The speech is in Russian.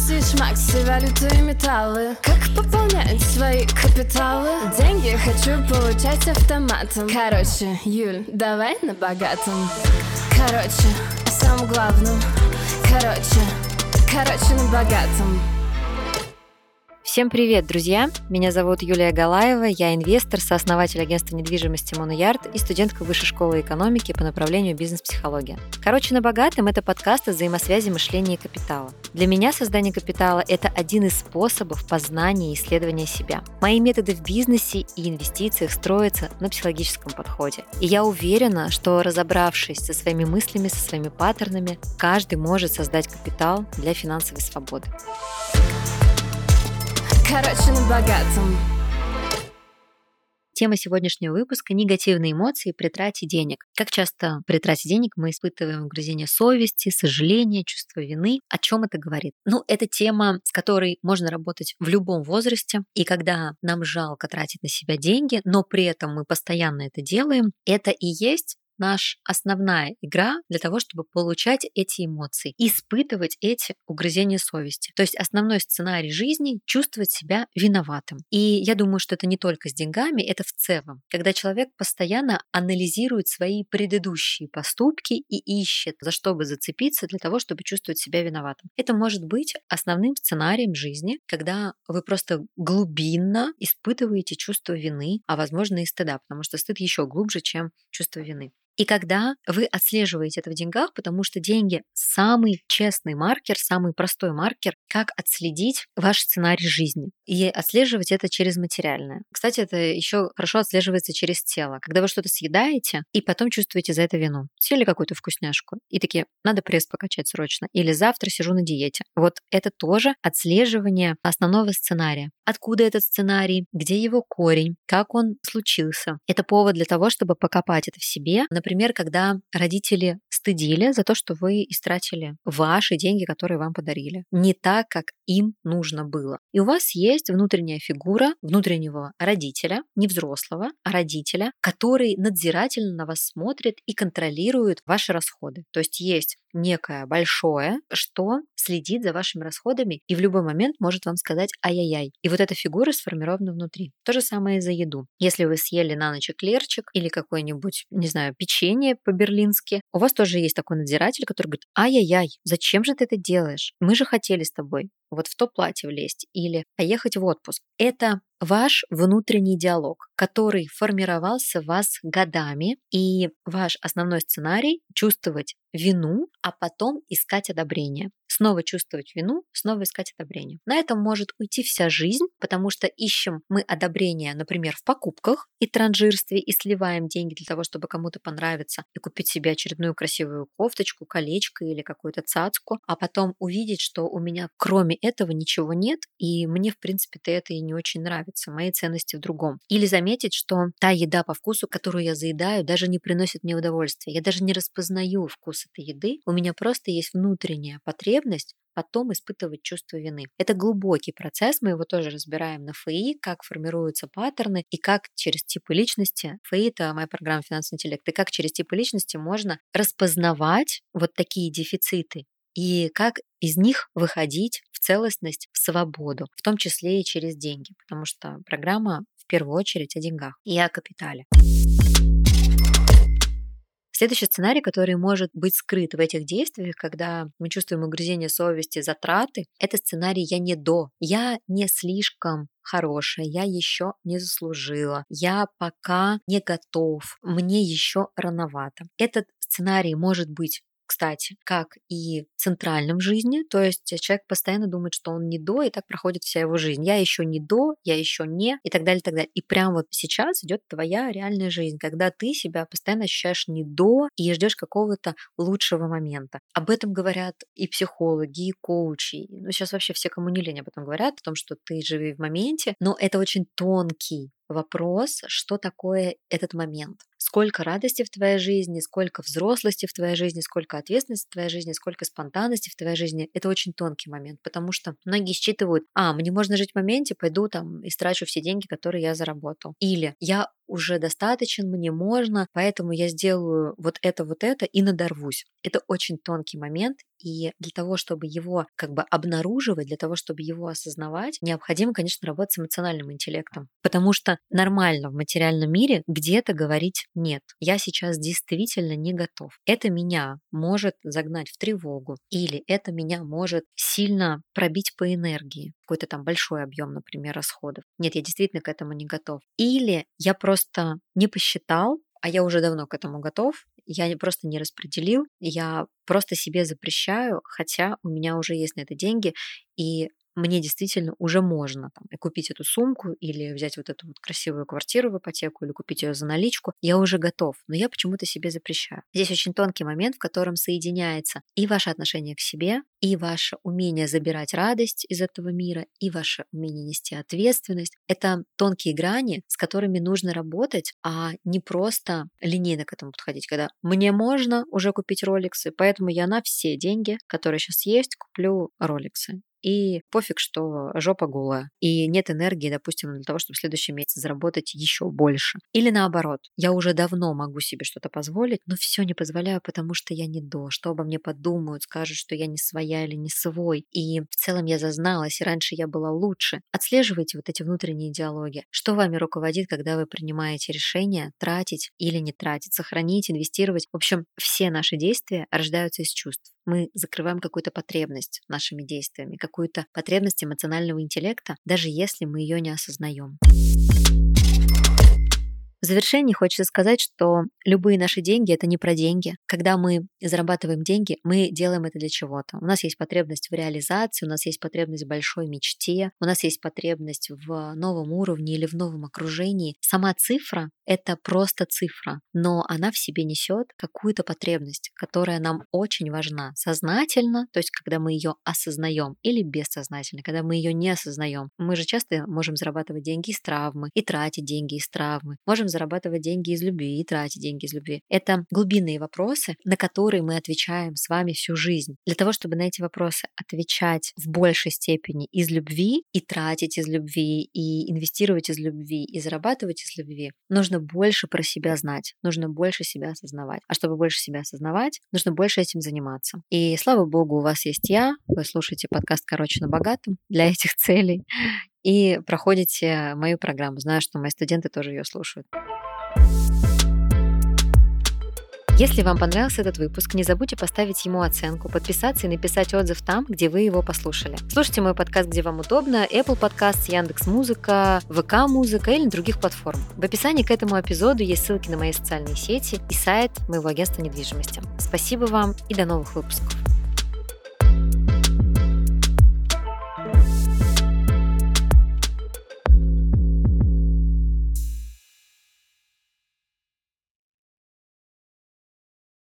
Акции, шмакси, валюты и металлы. Как пополнять свои капиталы? Деньги хочу получать автоматом. Короче, Юль, давай на богатом. Короче, о самом главном. Короче, на богатом. Всем привет, друзья! Меня зовут Юлия Галаева, я инвестор, сооснователь агентства недвижимости Моноярд и студентка Высшей школы экономики по направлению бизнес-психология. «Короче, на богатом» — это подкаст о взаимосвязи мышления и капитала. Для меня создание капитала — это один из способов познания и исследования себя. Мои методы в бизнесе и инвестициях строятся на психологическом подходе. И я уверена, что, разобравшись со своими мыслями, со своими паттернами, каждый может создать капитал для финансовой свободы. Короче, на богатом. Тема сегодняшнего выпуска — негативные эмоции при трате денег. Как часто при трате денег мы испытываем угрызение совести, сожаление, чувство вины? О чем это говорит? Это тема, с которой можно работать в любом возрасте. И когда нам жалко тратить на себя деньги, но при этом мы постоянно это делаем, это и есть наша основная игра для того, чтобы получать эти эмоции, испытывать эти угрызения совести. То есть основной сценарий жизни — чувствовать себя виноватым. И я думаю, что это не только с деньгами, это в целом. Когда человек постоянно анализирует свои предыдущие поступки и ищет, за что бы зацепиться для того, чтобы чувствовать себя виноватым. Это может быть основным сценарием жизни, когда вы просто глубинно испытываете чувство вины, а возможно и стыда, потому что стыд еще глубже, чем чувство вины. И когда вы отслеживаете это в деньгах, потому что деньги — самый честный маркер, самый простой маркер, как отследить ваш сценарий жизни. И отслеживать это через материальное. Кстати, это еще хорошо отслеживается через тело. Когда вы что-то съедаете и потом чувствуете за это вину. Съели какую-то вкусняшку и такие: надо пресс покачать срочно. Или завтра сижу на диете. Вот это тоже отслеживание основного сценария. Откуда этот сценарий, где его корень, как он случился. Это повод для того, чтобы покопать это в себе. Например, когда родители стыдили за то, что вы истратили ваши деньги, которые вам подарили. Не так, как им нужно было. И у вас есть внутренняя фигура внутреннего родителя, не взрослого, а родителя, который надзирательно на вас смотрит и контролирует ваши расходы. То есть есть некое большое, что следит за вашими расходами и в любой момент может вам сказать ай-яй-яй. И вот эта фигура сформирована внутри. То же самое и за еду. Если вы съели на ночь эклерчик или какое-нибудь, не знаю, печенье по-берлински, у вас тоже есть такой надзиратель, который говорит: ай-яй-яй, зачем же ты это делаешь? Мы же хотели с тобой вот в то платье влезть или поехать в отпуск. Это ваш внутренний диалог, который формировался в вас годами, и ваш основной сценарий — чувствовать вину, а потом искать одобрение. Снова чувствовать вину, снова искать одобрение. На этом может уйти вся жизнь, потому что ищем мы одобрение, например, в покупках и транжирстве, и сливаем деньги для того, чтобы кому-то понравиться и купить себе очередную красивую кофточку, колечко или какую-то цацку, а потом увидеть, что у меня кроме этого ничего нет, и мне, в принципе-то, это и не очень нравится, мои ценности в другом. Или заметить, что та еда по вкусу, которую я заедаю, даже не приносит мне удовольствия. Я даже не распознаю вкус этой еды, у меня просто есть внутренняя потребность потом испытывать чувство вины. Это глубокий процесс, мы его тоже разбираем на ФИ, как формируются паттерны и как через типы личности, ФИ — это моя программа «Финансовый интеллект», и как через типы личности можно распознавать вот такие дефициты и как из них выходить в целостность, в свободу, в том числе и через деньги, потому что программа в первую очередь о деньгах и о капитале. Следующий сценарий, который может быть скрыт в этих действиях, когда мы чувствуем угрызение совести, затраты, это сценарий «я не слишком хорошая, я еще не заслужила, я пока не готов, мне еще рановато». Этот сценарий может быть, кстати, как и центральным в жизни, то есть человек постоянно думает, что он не до, и так проходит вся его жизнь. Я еще не до, я еще не, и так далее, и так далее. И прямо вот сейчас идет твоя реальная жизнь, когда ты себя постоянно ощущаешь не до и ждешь какого-то лучшего момента. Об этом говорят и психологи, и коучи. Сейчас вообще все, кому не лень, об этом говорят, о том, что ты живи в моменте, но это очень тонкий вопрос, что такое этот момент. сколько радости в твоей жизни, сколько взрослости в твоей жизни, сколько ответственности в твоей жизни, сколько спонтанности в твоей жизни. Это очень тонкий момент, потому что многие считывают, мне можно жить в моменте, пойду там и страчу все деньги, которые я заработал. Или я уже достаточен, мне можно, поэтому я сделаю вот это и надорвусь. Это очень тонкий момент, и для того, чтобы его обнаруживать, для того, чтобы его осознавать, необходимо, конечно, работать с эмоциональным интеллектом. Потому что нормально в материальном мире где-то говорить «нет, я сейчас действительно не готов». Это меня может загнать в тревогу, или это меня может сильно пробить по энергии, какой-то там большой объем, например, расходов. Нет, я действительно к этому не готов. Или я просто не посчитал, а я уже давно к этому готов, я просто не распределил, я просто себе запрещаю, хотя у меня уже есть на это деньги, и мне действительно уже можно и купить эту сумку или взять вот эту вот красивую квартиру в ипотеку или купить ее за наличку. Я уже готов, но я почему-то себе запрещаю. Здесь очень тонкий момент, в котором соединяется и ваше отношение к себе, и ваше умение забирать радость из этого мира, и ваше умение нести ответственность. Это тонкие грани, с которыми нужно работать, а не просто линейно к этому подходить, когда мне можно уже купить роликсы, поэтому я на все деньги, которые сейчас есть, куплю роликсы. И пофиг, что жопа голая. И нет энергии, допустим, для того, чтобы в следующем месяце заработать еще больше. Или наоборот, я уже давно могу себе что-то позволить, но все не позволяю, потому что я не до. Что обо мне подумают, скажут, что я не своя или не свой. И в целом я зазналась, и раньше я была лучше. Отслеживайте вот эти внутренние диалоги. Что вами руководит, когда вы принимаете решение тратить или не тратить, сохранить, инвестировать. В общем, все наши действия рождаются из чувств. Мы закрываем какую-то потребность нашими действиями, какую-то потребность эмоционального интеллекта, даже если мы ее не осознаем. В завершении хочется сказать, что любые наши деньги — это не про деньги. Когда мы зарабатываем деньги, мы делаем это для чего-то. У нас есть потребность в реализации, у нас есть потребность в большой мечте, у нас есть потребность в новом уровне или в новом окружении. Сама цифра — это просто цифра, но она в себе несет какую-то потребность, которая нам очень важна сознательно, то есть когда мы ее осознаем, или бессознательно, когда мы ее не осознаем. Мы же часто можем зарабатывать деньги из травмы и тратить деньги из травмы. Можем зарабатывать деньги из любви и тратить деньги из любви. Это глубинные вопросы, на которые мы отвечаем с вами всю жизнь. Для того, чтобы на эти вопросы отвечать в большей степени из любви и тратить из любви, и инвестировать из любви, и зарабатывать из любви, нужно больше про себя знать, нужно больше себя осознавать. А чтобы больше себя осознавать, нужно больше этим заниматься. И слава богу, у вас есть я, вы слушаете подкаст «Короче, на богатом» для этих целей, и проходите мою программу. Знаю, что мои студенты тоже ее слушают. Если вам понравился этот выпуск, не забудьте поставить ему оценку, подписаться и написать отзыв там, где вы его послушали. Слушайте мой подкаст, где вам удобно: Apple Podcast, Яндекс.Музыка, ВК-музыка или других платформ. В описании к этому эпизоду есть ссылки на мои социальные сети и сайт моего агентства недвижимости. Спасибо вам и до новых выпусков.